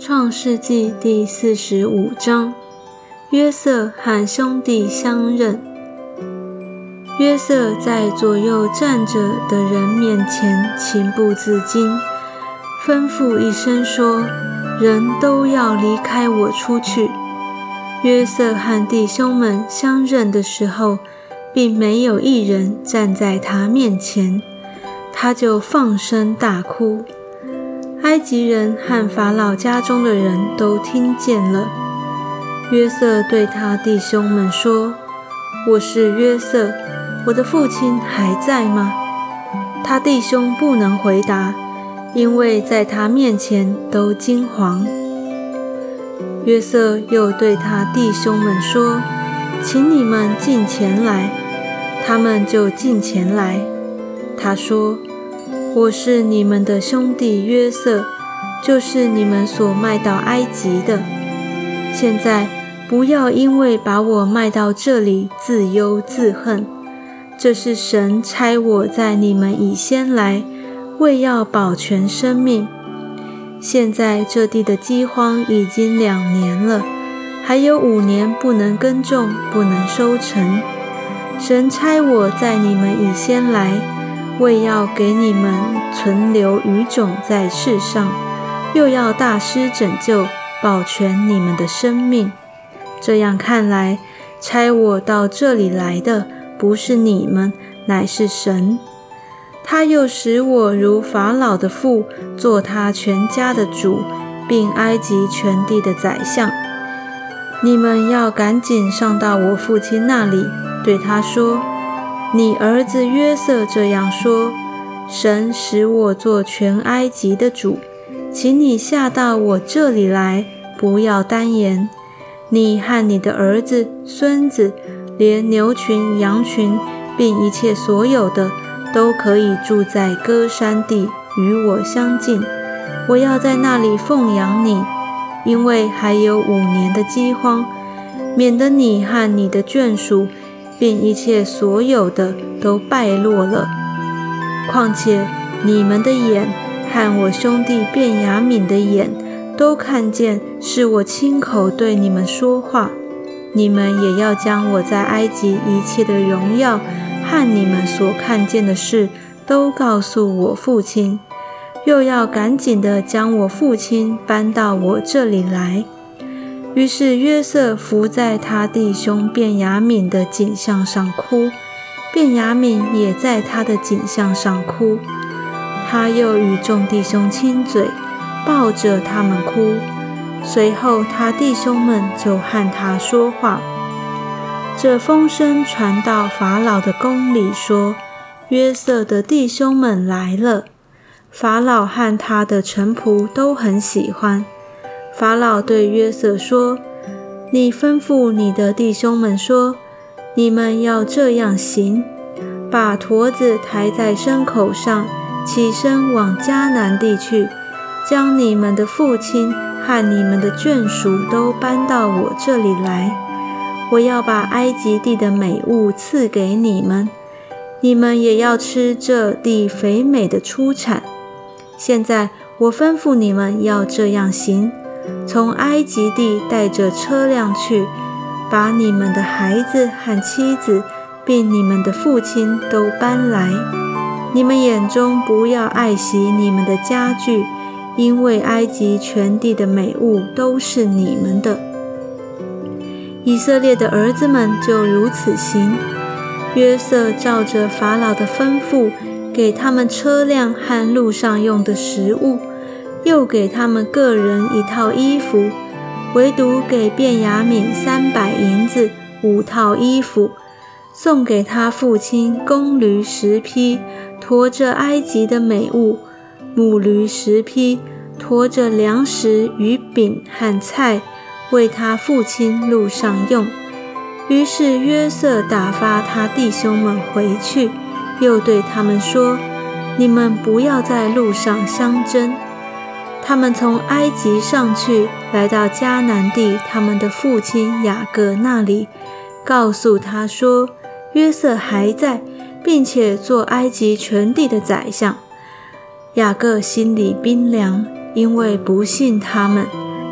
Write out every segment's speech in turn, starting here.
创世纪第45章，约瑟和兄弟相认。约瑟在左右站着的人面前情不自禁，吩咐一声说：人都要离开我出去。约瑟和弟兄们相认的时候，并没有一人站在他面前，他就放声大哭。埃及人和法老家中的人都听见了。约瑟对他弟兄们说：我是约瑟，我的父亲还在吗？他弟兄不能回答，因为在他面前都惊惶。约瑟又对他弟兄们说：请你们近前来。他们就近前来。他说：我是你们的兄弟约瑟，就是你们所卖到埃及的。现在不要因为把我卖到这里自忧自恨，这是神差我在你们以先来，为要保全生命。现在这地的饥荒已经2年了，还有5年不能耕种，不能收成。神差我在你们以先来，为要给你们存留余种在世上，又要大施拯救，保全你们的生命。这样看来，差我到这里来的不是你们，乃是神。他又使我如法老的父，做他全家的主，并埃及全地的宰相。你们要赶紧上到我父亲那里，对他说：你儿子约瑟这样说，神使我做全埃及的主，请你下到我这里来，不要单言。你和你的儿子、孙子，连牛群、羊群，并一切所有的，都可以住在歌珊地，与我相近。我要在那里奉养你，因为还有5年的饥荒，免得你和你的眷属，并一切所有的都败落了。况且你们的眼和我兄弟便雅悯的眼都看见是我亲口对你们说话，你们也要将我在埃及一切的荣耀和你们所看见的事都告诉我父亲，又要赶紧地将我父亲搬到我这里来。于是约瑟伏在他弟兄便雅悯的颈项上哭，便雅悯也在他的颈项上哭。他又与众弟兄亲嘴，抱着他们哭。随后他弟兄们就和他说话。这风声传到法老的宫里，说约瑟的弟兄们来了。法老和他的臣仆都很喜欢。法老对约瑟说：你吩咐你的弟兄们说，你们要这样行，把驼子抬在牲口上，起身往迦南地去，将你们的父亲和你们的眷属都搬到我这里来。我要把埃及地的美物赐给你们，你们也要吃这地肥美的出产。现在我吩咐你们要这样行，从埃及地带着车辆去，把你们的孩子和妻子，并你们的父亲都搬来。你们眼中不要爱惜你们的家具，因为埃及全地的美物都是你们的。以色列的儿子们就如此行。约瑟照着法老的吩咐，给他们车辆和路上用的食物，又给他们个人1套衣服，唯独给便雅悯300银子5套衣服，送给他父亲公驴10匹，驮着埃及的美物；母驴10匹，驮着粮食与饼和菜，为他父亲路上用。于是约瑟打发他弟兄们回去，又对他们说：你们不要在路上相争。他们从埃及上去，来到迦南地他们的父亲雅各那里，告诉他说：约瑟还在，并且做埃及全地的宰相。雅各心里冰凉，因为不信他们，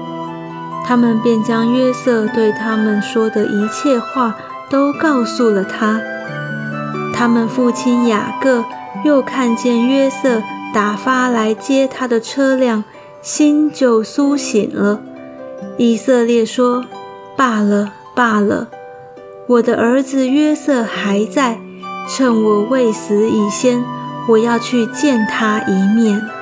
他们便将约瑟对他们说的一切话都告诉了他。他们父亲雅各又看见约瑟打发来接他的车辆，心就苏醒了。以色列说：罢了，罢了，我的儿子约瑟还在，趁我未死以先，我要去见他一面。